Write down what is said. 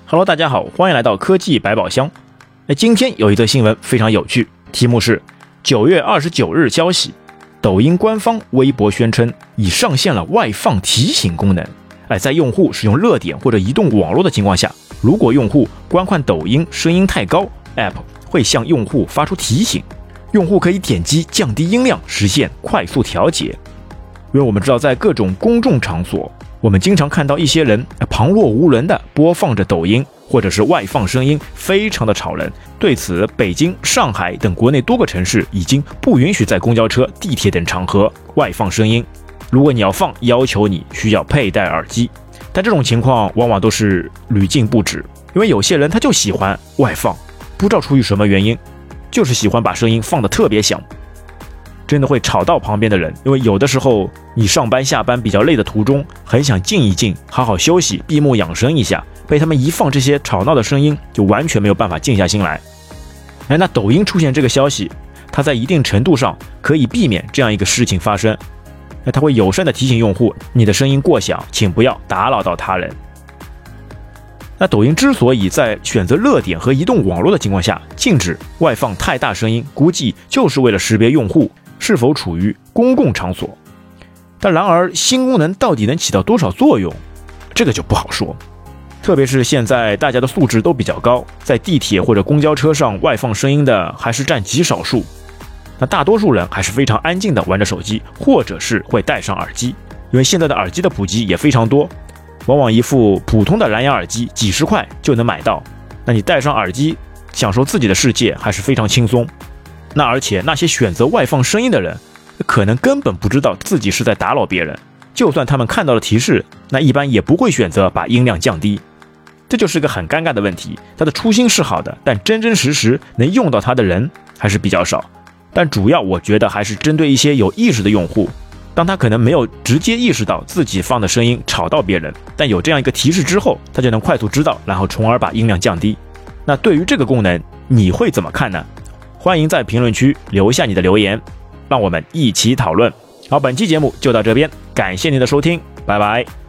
Hello， 大家好，欢迎来到科技百宝箱。今天有一则新闻非常有趣，题目是9月29日消息，抖音官方微博宣称已上线了外放提醒功能。在用户使用热点或者移动网络的情况下，如果用户观看抖音声音太高， App 会向用户发出提醒，用户可以点击降低音量，实现快速调节。因为我们知道，在各种公众场所，我们经常看到一些人旁若无人地播放着抖音，或者是外放声音，非常的吵人。对此，北京、上海等国内多个城市已经不允许在公交车、地铁等场合外放声音。如果你要放，要求你需要佩戴耳机。但这种情况往往都是屡禁不止，因为有些人他就喜欢外放，不知道出于什么原因，就是喜欢把声音放得特别响，真的会吵到旁边的人。因为有的时候你上班下班比较累的途中，很想静一静，好好休息，闭目养神一下，被他们一放这些吵闹的声音，就完全没有办法静下心来。那抖音出现这个消息，它在一定程度上可以避免这样一个事情发生。它会友善地提醒用户，你的声音过响，请不要打扰到他人。那抖音之所以在选择热点和移动网络的情况下禁止外放太大声音，估计就是为了识别用户是否处于公共场所。但然而新功能到底能起到多少作用，这个就不好说。特别是现在大家的素质都比较高，在地铁或者公交车上外放声音的还是占极少数，那大多数人还是非常安静的玩着手机，或者是会戴上耳机。因为现在的耳机的普及也非常多，往往一副普通的蓝牙耳机几十块就能买到，那你戴上耳机享受自己的世界还是非常轻松。那而且那些选择外放声音的人，可能根本不知道自己是在打扰别人，就算他们看到了提示，那一般也不会选择把音量降低。这就是个很尴尬的问题，他的初心是好的，但真真实实能用到它的人还是比较少。但主要我觉得还是针对一些有意识的用户，当他可能没有直接意识到自己放的声音吵到别人，但有这样一个提示之后，他就能快速知道，然后从而把音量降低。那对于这个功能你会怎么看呢？欢迎在评论区留下你的留言，让我们一起讨论。好，本期节目就到这边，感谢您的收听，拜拜。